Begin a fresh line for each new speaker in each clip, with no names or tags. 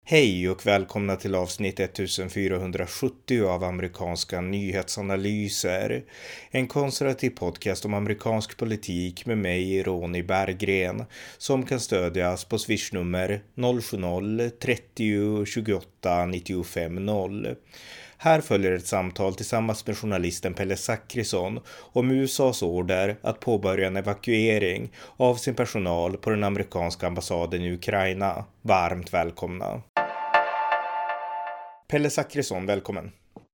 Hej och välkomna till avsnitt 1470 av amerikanska nyhetsanalyser. En konservativ podcast om amerikansk politik med mig, Ronny Berggren, som kan stödjas på swishnummer 070-30 28 95 0. Här följer ett samtal tillsammans med journalisten Pelle Zackrisson om USAs order att påbörja en evakuering av sin personal på den amerikanska ambassaden i Ukraina. Varmt välkomna. Pelle Zackrisson, välkommen.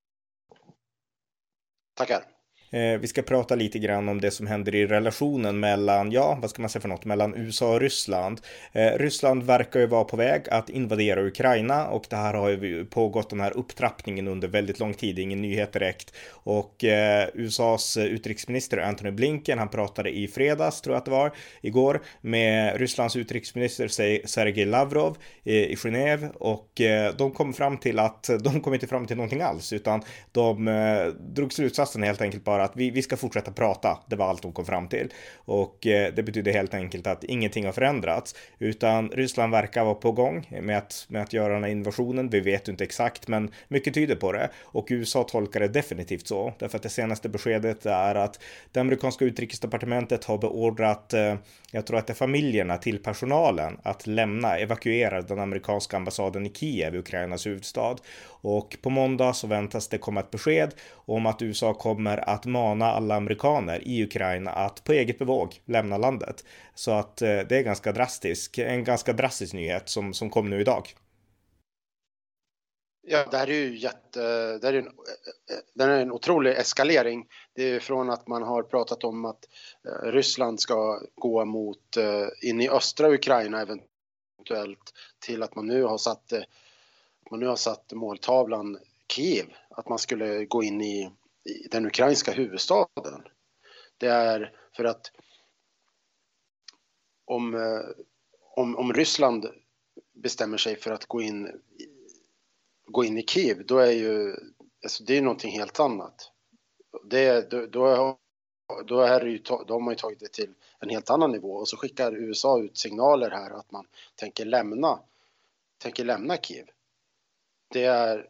Tackar.
Vi ska prata lite grann om det som händer i relationen mellan, mellan USA och Ryssland. Ryssland verkar ju vara på väg att invadera Ukraina och det här har ju pågått den här upptrappningen under väldigt lång tid, ingen nyhet direkt. Och USAs utrikesminister Antony Blinken, han pratade i fredags, tror jag att det var, igår, med Rysslands utrikesminister Sergej Lavrov i Genève och de kom fram till att de kom inte fram till någonting alls, utan de drog slutsatsen helt enkelt bara att vi ska fortsätta prata. Det var allt de kom fram till. Och det betyder helt enkelt att ingenting har förändrats. Utan Ryssland verkar vara på gång med att göra den här invasionen. Vi vet inte exakt, men mycket tyder på det. Och USA tolkar det definitivt så. Därför att det senaste beskedet är att det amerikanska utrikesdepartementet har beordrat, jag tror att det är familjerna till personalen, att evakuera den amerikanska ambassaden i Kiev, Ukrainas huvudstad. Och på måndag så väntas det komma ett besked om att USA kommer att mana alla amerikaner i Ukraina att på eget bevåg lämna landet. Så att det är en ganska drastisk nyhet som kom nu idag.
Ja, det här är ju det är en otrolig eskalering. Det är från att man har pratat om att Ryssland ska gå mot in i östra Ukraina eventuellt, till att man nu har satt måltavlan Kiev, att man skulle gå in i den ukrainska huvudstaden. Det är för att om Ryssland bestämmer sig för att gå in i Kiev, då är ju det är någonting helt annat. Då har man ju tagit det till en helt annan nivå, och så skickar USA ut signaler här att man tänker lämna Kiev. Det är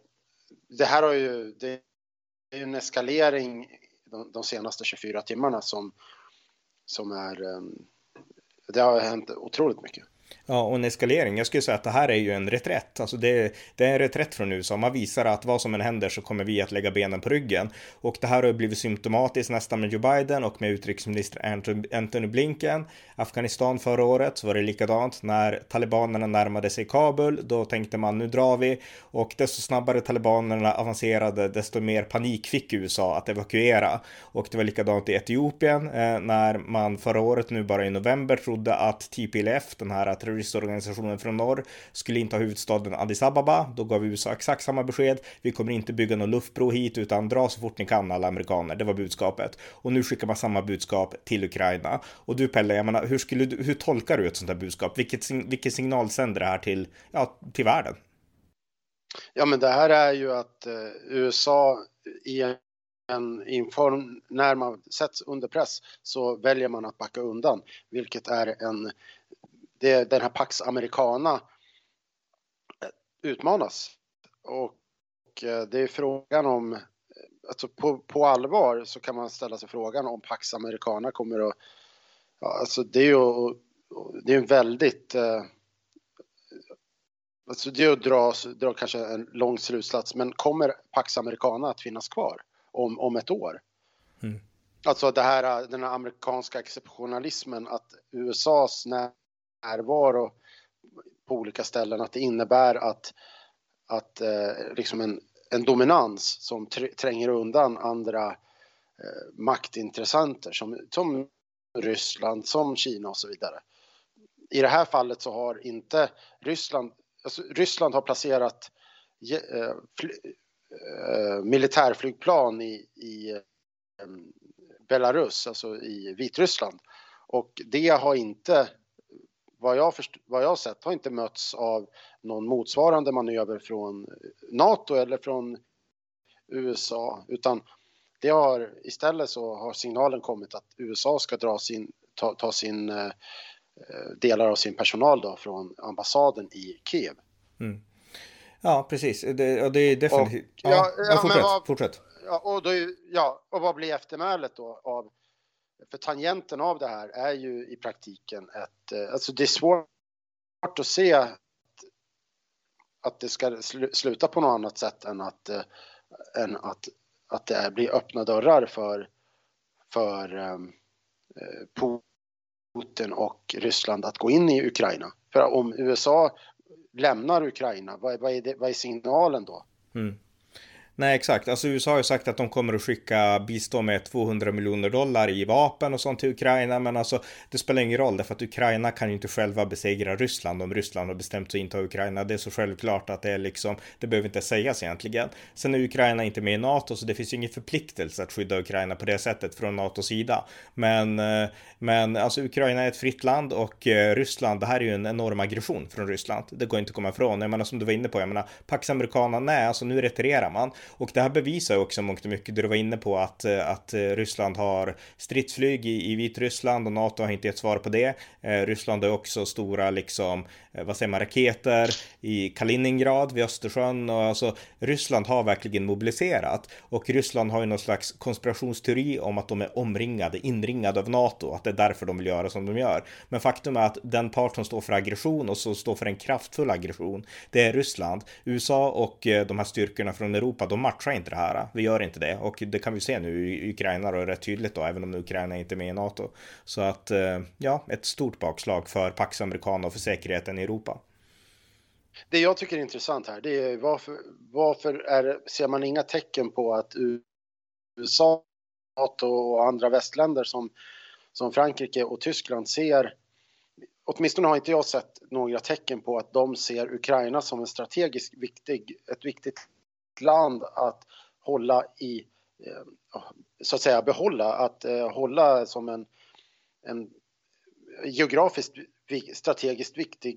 en eskalering de senaste 24 timmarna som är, det har hänt otroligt mycket.
Ja, och en eskalering. Jag skulle säga att det här är ju en reträtt. Alltså det är en reträtt från USA. Man visar att vad som än händer så kommer vi att lägga benen på ryggen. Och det här har blivit symptomatiskt nästan med Joe Biden och med utrikesminister Antony Blinken. Afghanistan förra året så var det likadant. När talibanerna närmade sig Kabul, då tänkte man nu drar vi. Och desto snabbare talibanerna avancerade, desto mer panik fick USA att evakuera. Och det var likadant i Etiopien när man förra året, nu bara i november, trodde att TPLF, den här terroristorganisationen från norr, skulle inte ha huvudstaden Addis Ababa. Då gav USA exakt samma besked. Vi kommer inte bygga någon luftbro hit, utan dra så fort ni kan alla amerikaner. Det var budskapet. Och nu skickar man samma budskap till Ukraina. Och du Pelle, jag menar, hur tolkar du ett sånt här budskap? Vilken signal sänder det här till världen?
Ja, men det här är ju att USA när man sätts under press så väljer man att backa undan, vilket är den här Pax Americana utmanas. Och det är frågan om, alltså på allvar så kan man ställa sig frågan om Pax Americana kommer att, alltså det är en väldigt, alltså det är att dra kanske en lång slutsats, men kommer Pax Americana att finnas kvar om ett år? Mm. Alltså den här amerikanska exceptionalismen, att USAs närvaro på olika ställen, att det innebär att liksom en dominans som tränger undan andra maktintressenter som Ryssland, som Kina och så vidare. I det här fallet så har inte Ryssland har placerat militärflygplan i Belarus, alltså i Vitryssland, och det har inte, vad jag har sett, har inte mötts av någon motsvarande manöver från NATO eller från USA, utan det har istället så har signalen kommit att USA ska ta sin delar av sin personal då från ambassaden i Kiev.
Mm. Ja, precis. Det är definitivt...
Och,
Fortsätt.
Ja, och vad blir eftermälet då av, för tangenten av det här är ju i praktiken alltså det är svårt att se att det ska sluta på något annat sätt än att det blir öppna dörrar för Putin och Ryssland att gå in i Ukraina. För om USA lämnar Ukraina, vad är signalen då?
Mm. Nej, exakt. Alltså USA har ju sagt att de kommer att skicka bistånd med $200 miljoner i vapen och sånt till Ukraina. Men alltså, det spelar ingen roll därför att Ukraina kan ju inte själva besegra Ryssland om Ryssland har bestämt sig inte av Ukraina. Det är så självklart att det är liksom, det behöver inte sägas egentligen. Sen är Ukraina inte med i NATO så det finns ju ingen förpliktelse att skydda Ukraina på det sättet från NATOs sida. Men alltså Ukraina är ett fritt land och Ryssland, det här är ju en enorm aggression från Ryssland. Det går inte att komma ifrån. Jag menar som du var inne på, jag menar Pax Americana, nej alltså nu retirerar man. Och det här bevisar också mångt och mycket det du var inne på att Ryssland har stridsflyg i Vitryssland och NATO har inte gett svar på det. Ryssland har också stora liksom, vad säger man, raketer i Kaliningrad vid Östersjön och alltså Ryssland har verkligen mobiliserat och Ryssland har ju någon slags konspirationsteori om att de är inringade av NATO, att det är därför de vill göra som de gör. Men faktum är att den part som står för aggression och så står för en kraftfull aggression, det är Ryssland. USA och de här styrkorna från Europa, de matchar inte det här. Vi gör inte det. Och det kan vi se nu i Ukraina och rätt tydligt då, även om Ukraina inte är med i NATO. Så att, ja, ett stort bakslag för Pax Americana och för säkerheten i Europa.
Det jag tycker är intressant här, det är varför ser man inga tecken på att USA, NATO och andra västländer som Frankrike och Tyskland åtminstone har inte jag sett några tecken på att de ser Ukraina som en strategiskt ett viktigt land att hålla i, så att säga behålla, att hålla som en strategiskt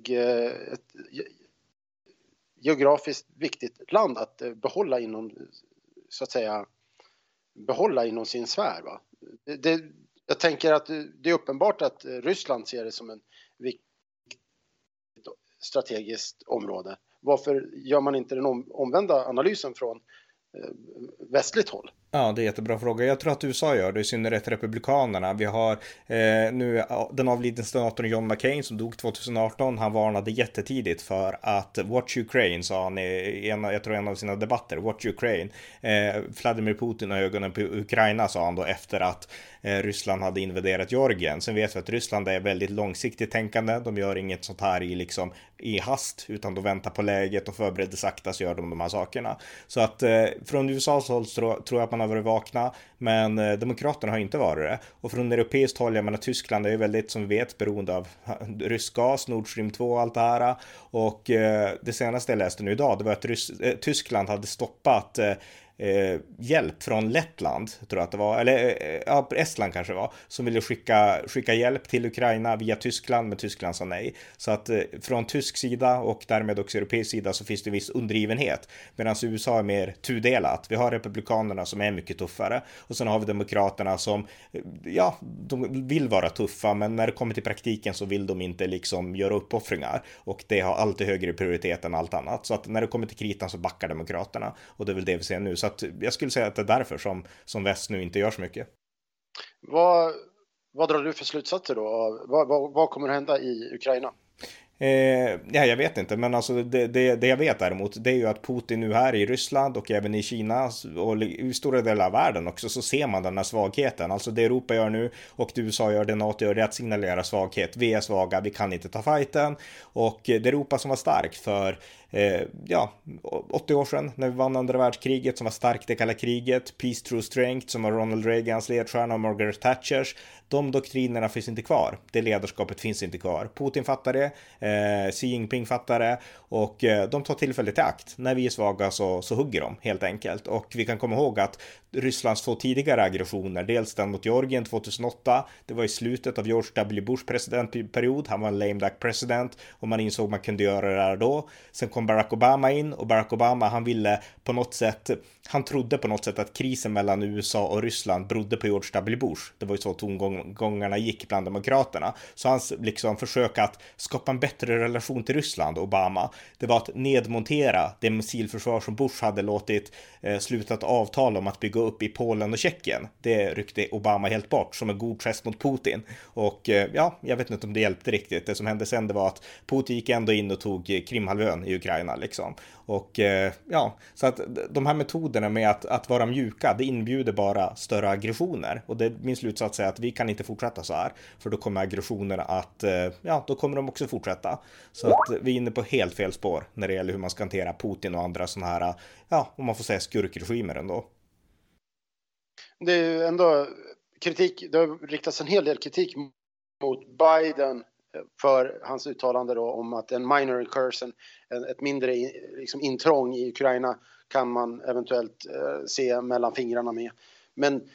viktigt land att behålla inom, så att säga behålla inom sin sfär, va? Jag tänker att det är uppenbart att Ryssland ser det som en viktigt strategiskt område. Varför gör man inte den omvända analysen från västligt håll?
Ja, det är en jättebra fråga. Jag tror att USA gör det, i synnerhet republikanerna. Vi har nu den avlidne senatorn John McCain som dog 2018. Han varnade jättetidigt för att Watch Ukraine, sa han i en av sina debatter. Watch Ukraine. Vladimir Putin har ögonen på Ukraina, sa han då efter att Ryssland hade invaderat Georgien. Sen vet vi att Ryssland är väldigt långsiktigt tänkande. De gör inget sånt här i hast, utan de väntar på läget och förbereder sakta, så gör de här sakerna. Så att från USAs håll tror jag att man har varit vakna, men demokraterna har inte varit det. Och från europeiskt håll, jag menar Tyskland är ju väldigt, som vi vet, beroende av rysk gas, Nord Stream 2 och allt det här. Och det senaste jag läste nu idag, det var att Tyskland hade stoppat hjälp från Lettland, tror jag att det var, eller ja, Estland kanske var, som ville skicka hjälp till Ukraina via Tyskland, men Tyskland sa nej. Så att från tysk sida och därmed också europeisk sida så finns det viss undergivenhet, medan USA är mer tudelat. Vi har republikanerna som är mycket tuffare och sen har vi demokraterna som, ja, de vill vara tuffa, men när det kommer till praktiken så vill de inte liksom göra uppoffringar, och det har alltid högre prioritet än allt annat. Så att när det kommer till kritan så backar demokraterna, och det är väl det vi ser nu. Så att jag skulle säga att det är därför som väst nu inte gör så mycket.
Vad drar du för slutsatser då? Vad kommer att hända i Ukraina?
Ja, jag vet inte, men alltså det jag vet däremot, det är ju att Putin nu här i Ryssland och även i Kina och i stora delar av världen också, så ser man den här svagheten. Alltså det Europa gör nu och det USA gör, det NATO gör, det att signalera svaghet. Vi är svaga, vi kan inte ta fighten. Och det Europa som var starkt för 80 år sedan när vi vann andra världskriget, som var starkt det kalla kriget, Peace Through Strength, som var Ronald Reagans ledstjärna och Margaret Thatchers, de doktrinerna finns inte kvar. Det ledarskapet finns inte kvar. Putin fattar det, Xi Jinping fattar det, och de tar tillfället i akt. När vi är svaga så hugger de helt enkelt. Och vi kan komma ihåg att Rysslands två tidigare aggressioner. Dels den mot Georgien 2008. Det var i slutet av George W. Bush presidentperiod. Han var en lame duck president och man insåg man kunde göra det där då. Sen kom Barack Obama in och Barack Obama han ville på något sätt, han trodde på något sätt att krisen mellan USA och Ryssland berodde på George W. Bush. Det var ju så tongångarna gick bland demokraterna. Så hans liksom försök att skapa en bättre relation till Ryssland, Obama, det var att nedmontera det missilförsvar som Bush hade låtit slutat avtal om att bygga upp i Polen och Tjeckien. Det ryckte Obama helt bort som en god gest mot Putin. Och ja, jag vet inte om det hjälpte riktigt. Det som hände sen det var att Putin gick ändå in och tog Krimhalvön i Ukraina liksom. Och ja, så att de här metoderna med att vara mjuka, det inbjuder bara större aggressioner. Och det, min slutsats är att vi kan inte fortsätta så här. För då kommer aggressionerna att, ja, då kommer de också fortsätta. Så att vi är inne på helt fel spår när det gäller hur man ska hantera Putin och andra sådana här, ja, om man får säga skurkregimer ändå.
Det är ju ändå kritik, det har riktats en hel del kritik mot Biden för hans uttalande då om att en minor incursion, ett mindre liksom intrång i Ukraina kan man eventuellt se mellan fingrarna med. Men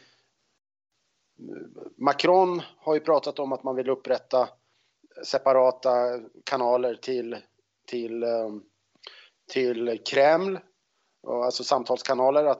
Macron har ju pratat om att man vill upprätta separata kanaler till Kreml, alltså samtalskanaler,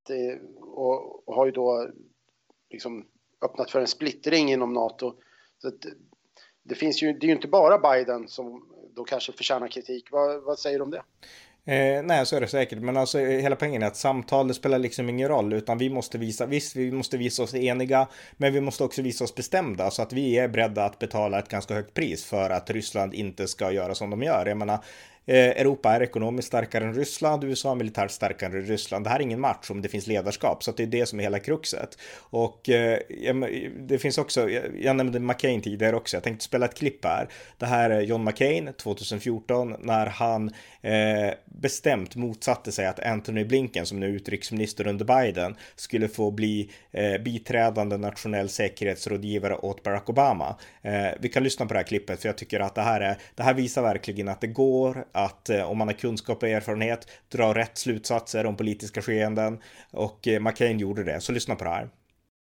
och har ju då liksom öppnat för en splittring inom NATO. Så att det är ju inte bara Biden som då kanske förtjänar kritik. Vad säger du om det?
Nej, så är det säkert. Men alltså hela poängen är att samtal, det spelar liksom ingen roll. Utan vi måste visa oss eniga. Men vi måste också visa oss bestämda. Så att vi är beredda att betala ett ganska högt pris för att Ryssland inte ska göra som de gör. Jag menar, Europa är ekonomiskt starkare än Ryssland, USA är militärt starkare än Ryssland. Det här är ingen match om det finns ledarskap, så att det är det som är hela kruxet. Och det finns också, jag nämnde McCain tidigare också, jag tänkte spela ett klipp här. Det här är John McCain 2014 när han bestämt motsatte sig att Antony Blinken, som nu är utrikesminister under Biden, skulle få bli biträdande nationell säkerhetsrådgivare åt Barack Obama. Vi kan lyssna på det här klippet, för jag tycker att det här visar verkligen att det går att om man har kunskap och erfarenhet dra rätt slutsatser om politiska skeenden, och McCain gjorde det. Så lyssna på det här.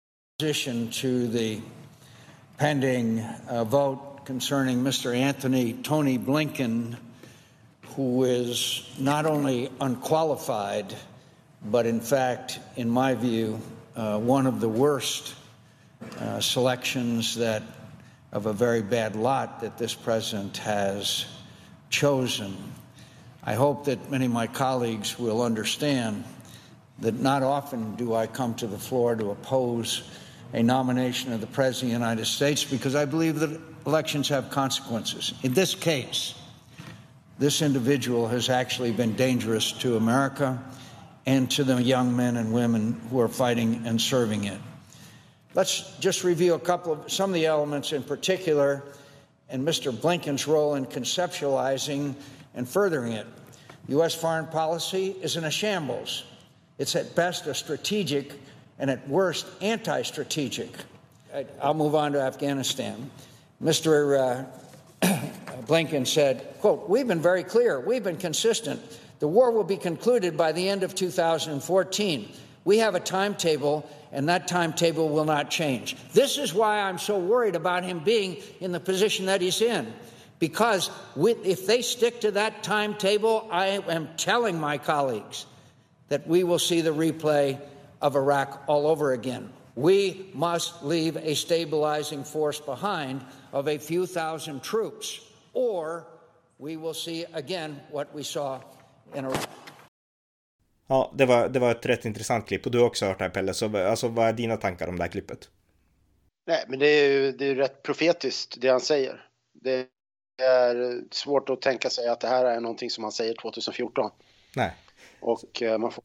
To the pending vote concerning Mr. Tony Blinken, who is not only unqualified but in fact, in my view, one of the worst selections of a very bad lot that this president has chosen. I hope that many of my colleagues will understand that not often do I come to the floor to oppose a nomination of the President of the United States, because I believe that elections have consequences. In this case, this individual has actually been dangerous to America and to the young men and women who are fighting and serving it. Let's just review some of the elements in particular and Mr. Blinken's role in conceptualizing and furthering it. U.S. foreign policy is in a shambles. It's at best a strategic and at worst anti-strategic. I'll move on to Afghanistan. Mr. Blinken said, quote, "We've been very clear. We've been consistent. The war will be concluded by the end of 2014. We have a timetable, and that timetable will not change." This is why I'm so worried about him being in the position that he's in. Because if they stick to that timetable, I am telling my colleagues that we will see the replay of Iraq all over again. We must leave a stabilizing force behind of a few thousand troops, or we will see again what we saw in Iraq.
Ja, det var ett rätt intressant klipp, och du har också hört det här, Pelle. Så alltså, vad är dina tankar om det här klippet?
Nej, men det är rätt profetiskt det han säger. Det är svårt att tänka sig att det här är någonting som han säger 2014.
Nej.
Och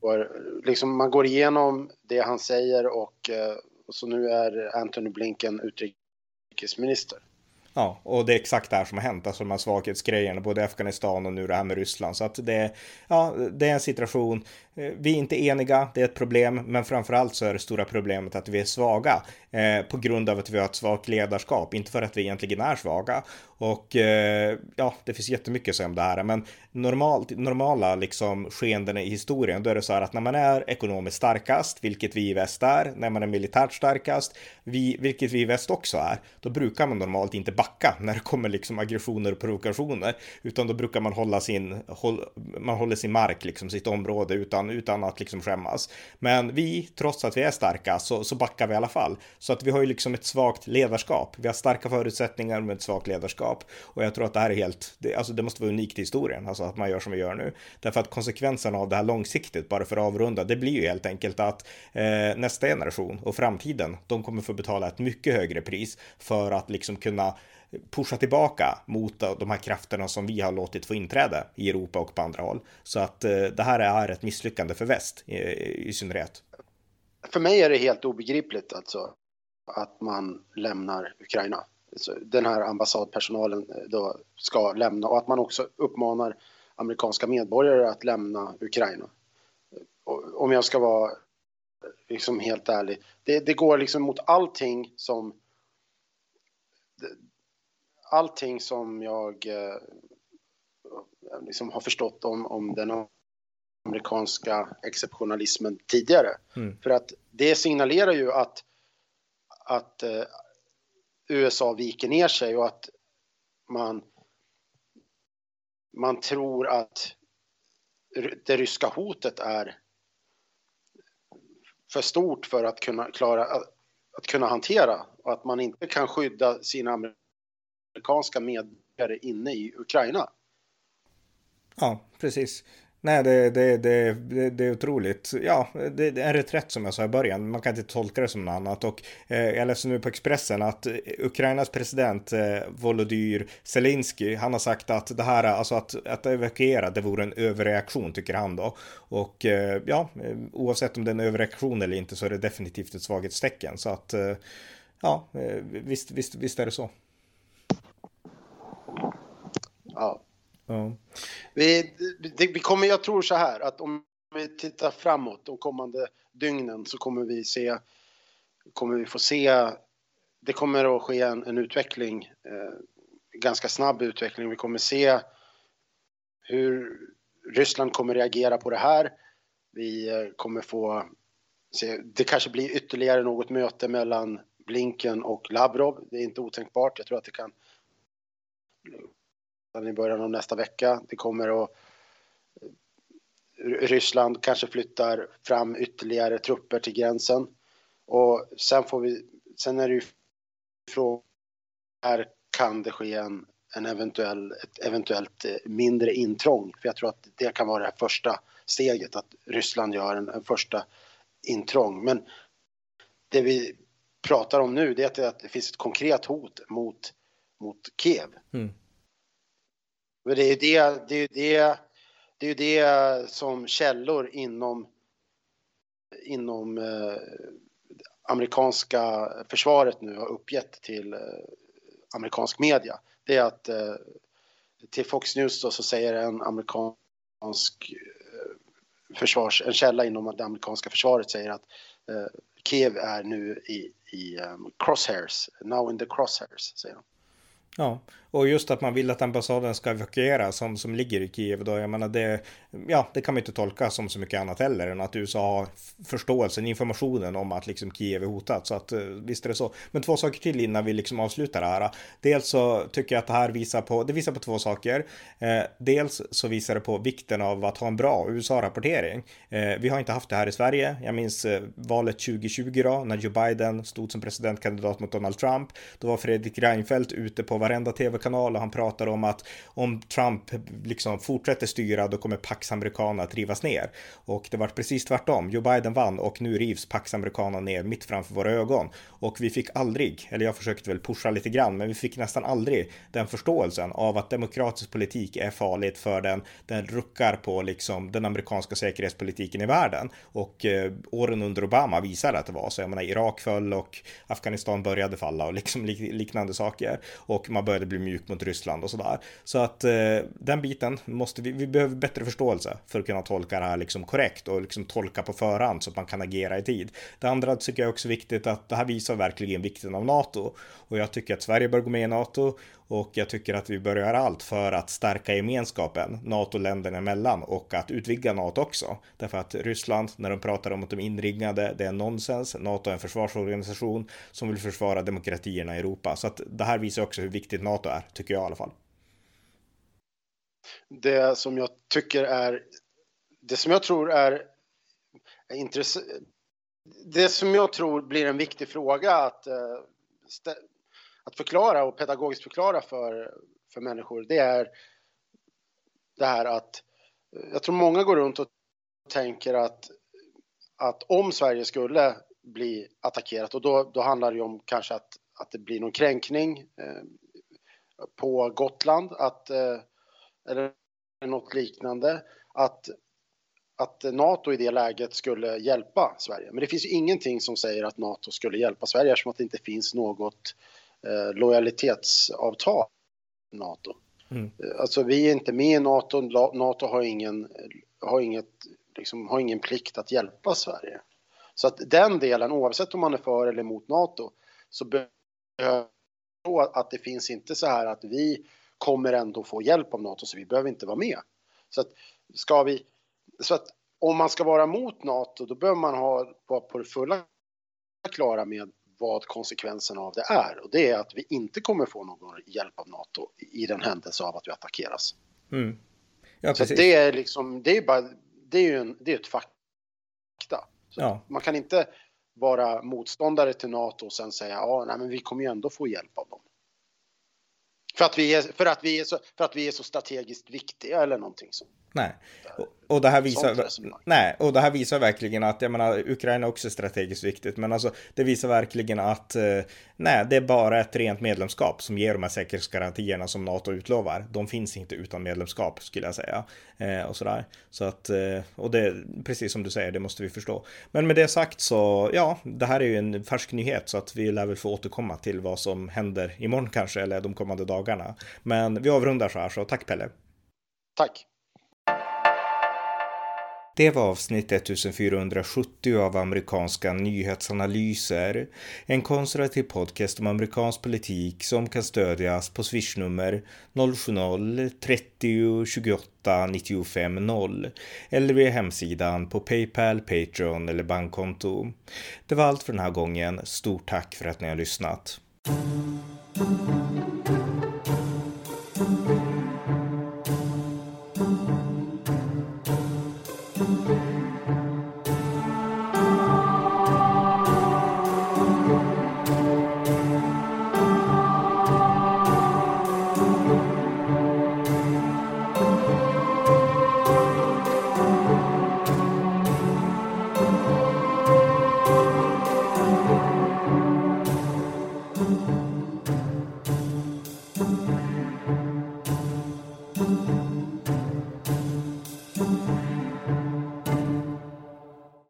man går igenom det han säger, och så nu är Antony Blinken utrikesminister.
Ja, och det är exakt det här som har hänt, alltså de här svaghetsgrejerna, både Afghanistan och nu det här med Ryssland. Så att det är en situation, vi är inte eniga, det är ett problem, men framförallt så är det stora problemet att vi är svaga på grund av att vi har ett svagt ledarskap, inte för att vi egentligen är svaga. Och det finns jättemycket att säga om det här, men normala liksom skeenden i historien, då är det så här att när man är ekonomiskt starkast, vilket vi i väst är, när man är militärt starkast, vilket vi i väst också är, då brukar man normalt inte backa när det kommer liksom aggressioner och provokationer, utan då brukar man håller sin mark, liksom sitt område, utan att liksom skämmas. Men vi, trots att vi är starka, så backar vi i alla fall. Så att vi har ju liksom ett svagt ledarskap. Vi har starka förutsättningar med ett svagt ledarskap. Och jag tror att det här är det måste vara unikt i historien, alltså att man gör som vi gör nu. Därför att konsekvenserna av det här långsiktigt, bara för att avrunda, det blir ju helt enkelt att nästa generation och framtiden, de kommer få betala ett mycket högre pris för att liksom kunna pusha tillbaka mot de här krafterna som vi har låtit få inträde i Europa och på andra håll. Så att det här är ett misslyckande för väst i synnerhet.
För mig är det helt obegripligt alltså att man lämnar Ukraina. Så den här ambassadpersonalen då ska lämna, och att man också uppmanar amerikanska medborgare att lämna Ukraina. Och om jag ska vara liksom helt ärlig, det går liksom mot allting som jag liksom har förstått om den amerikanska exceptionalismen tidigare. För att det signalerar ju att USA viker ner sig, och att man tror att det ryska hotet är för stort för att kunna hantera, och att man inte kan skydda sina amerikanska medborgare inne i Ukraina.
Ja, precis. Nej, det är otroligt. Ja, det är en reträtt som jag sa i början. Man kan inte tolka det som något annat. Och jag läser nu på Expressen att Ukrainas president Volodymyr Zelensky, han har sagt att det här, alltså att evakuera, det vore en överreaktion, tycker han då. Och oavsett om det är en överreaktion eller inte, så är det definitivt ett svaghetstecken. Så att visst är det så.
Ja.
Ja.
Vi kommer, jag tror så här, att om vi tittar framåt de kommande dygnen, så kommer vi få se, det kommer att ske en utveckling, ganska snabb utveckling. Vi kommer se hur Ryssland kommer reagera på det här. Vi kommer få se, det kanske blir ytterligare något möte mellan Blinken och Lavrov. Det är inte otänkbart. Jag tror att det kan i början av nästa vecka. Det kommer att Ryssland kanske flyttar fram ytterligare trupper till gränsen, och sen är det ju frågan, här kan det ske ett eventuellt mindre intrång, för jag tror att det kan vara det första steget, att Ryssland gör en första intrång. Men det vi pratar om nu, det är att det finns ett konkret hot mot Kiev. Men det är ju det som källor inom amerikanska försvaret nu har uppgett till amerikansk media. Det är att till Fox News då, så säger en amerikansk en källa inom det amerikanska försvaret säger att Kiev är nu i crosshairs, now in the crosshairs, säger de.
Ja, och just att man vill att ambassaden ska evakuera som ligger i Kiev då, jag menar det kan man inte tolka som så mycket annat heller än att USA har förståelsen, informationen om att liksom Kiev är hotat, så att visst är det så. Men två saker till innan vi liksom avslutar det här. Dels så tycker jag att det här visar på två saker. Dels så visar det på vikten av att ha en bra USA-rapportering. Vi har inte haft det här i Sverige. Jag minns valet 2020 då, när Joe Biden stod som presidentkandidat mot Donald Trump. Då var Fredrik Reinfeldt ute på varenda tv tv-kanal och han pratar om att om Trump liksom fortsätter styra då kommer Pax Americana att rivas ner. Och det var precis tvärtom. Joe Biden vann och nu rivs Pax Americana ner mitt framför våra ögon. Och vi fick aldrig, eller jag försökte väl pusha lite grann, men vi fick nästan aldrig den förståelsen av att demokratisk politik är farligt för den ruckar på liksom den amerikanska säkerhetspolitiken i världen. Och åren under Obama visade att det var så. Jag menar, Irak föll och Afghanistan började falla och liksom liknande saker. Och man började bli mjuk mot Ryssland och sådär. Så att den biten måste vi behöver bättre förståelse för att kunna tolka det här liksom korrekt och liksom tolka på förhand så att man kan agera i tid. Det andra tycker jag också är viktigt att det här visar verkligen vikten av NATO. Och jag tycker att Sverige bör gå med i NATO och jag tycker att vi bör göra allt för att stärka gemenskapen NATO-länderna emellan och att utvidga NATO också. Därför att Ryssland, när de pratar om att de är inringade, det är nonsens. NATO är en försvarsorganisation som vill försvara demokratierna i Europa. Så att det här visar också hur viktigt NATO är, tycker jag i alla fall.
Det som jag tror är intressant, det som jag tror blir en viktig fråga att förklara och pedagogiskt förklara för människor, det är det här att jag tror många går runt och tänker att om Sverige skulle bli attackerat, och då handlar det ju om kanske att det blir någon kränkning på Gotland, eller något liknande, att NATO i det läget skulle hjälpa Sverige. Men det finns ju ingenting som säger att NATO skulle hjälpa Sverige eftersom att det inte finns något lojalitetsavtal med NATO. Alltså vi är inte med i NATO. NATO har ingen plikt att hjälpa Sverige. Så att den delen, oavsett om man är för eller emot NATO, så behöver att det finns inte så här att vi kommer ändå få hjälp av NATO så vi behöver inte vara med. Så att om man ska vara mot NATO, då behöver man vara på det fulla klara med vad konsekvenserna av det är. Och det är att vi inte kommer få någon hjälp av NATO i den händelse av att vi attackeras.
Ja,
så det är liksom, det är ett fakta.
Ja.
Man kan inte vara motståndare till NATO och sen säga men vi kommer ju ändå få hjälp av dem. För att vi är så strategiskt viktiga eller någonting så.
Nej. Och det här visar verkligen att, jag menar, Ukraina är också strategiskt viktigt, men alltså det visar verkligen att det är bara ett rent medlemskap som ger de här säkerhetsgarantierna som NATO utlovar. De finns inte utan medlemskap, skulle jag säga. Och sådär. Så att, och det, precis som du säger, det måste vi förstå. Men med det sagt så, ja, det här är ju en färsk nyhet så att vi lär väl få återkomma till vad som händer imorgon kanske, eller de kommande dagarna. Men vi avrundar så här, så tack Pelle.
Tack.
Det var avsnitt 1470 av amerikanska nyhetsanalyser, en konservativ podcast om amerikansk politik som kan stödjas på swishnummer 070-30 28 95 0 eller via hemsidan på PayPal, Patreon eller bankkonto. Det var allt för den här gången. Stort tack för att ni har lyssnat.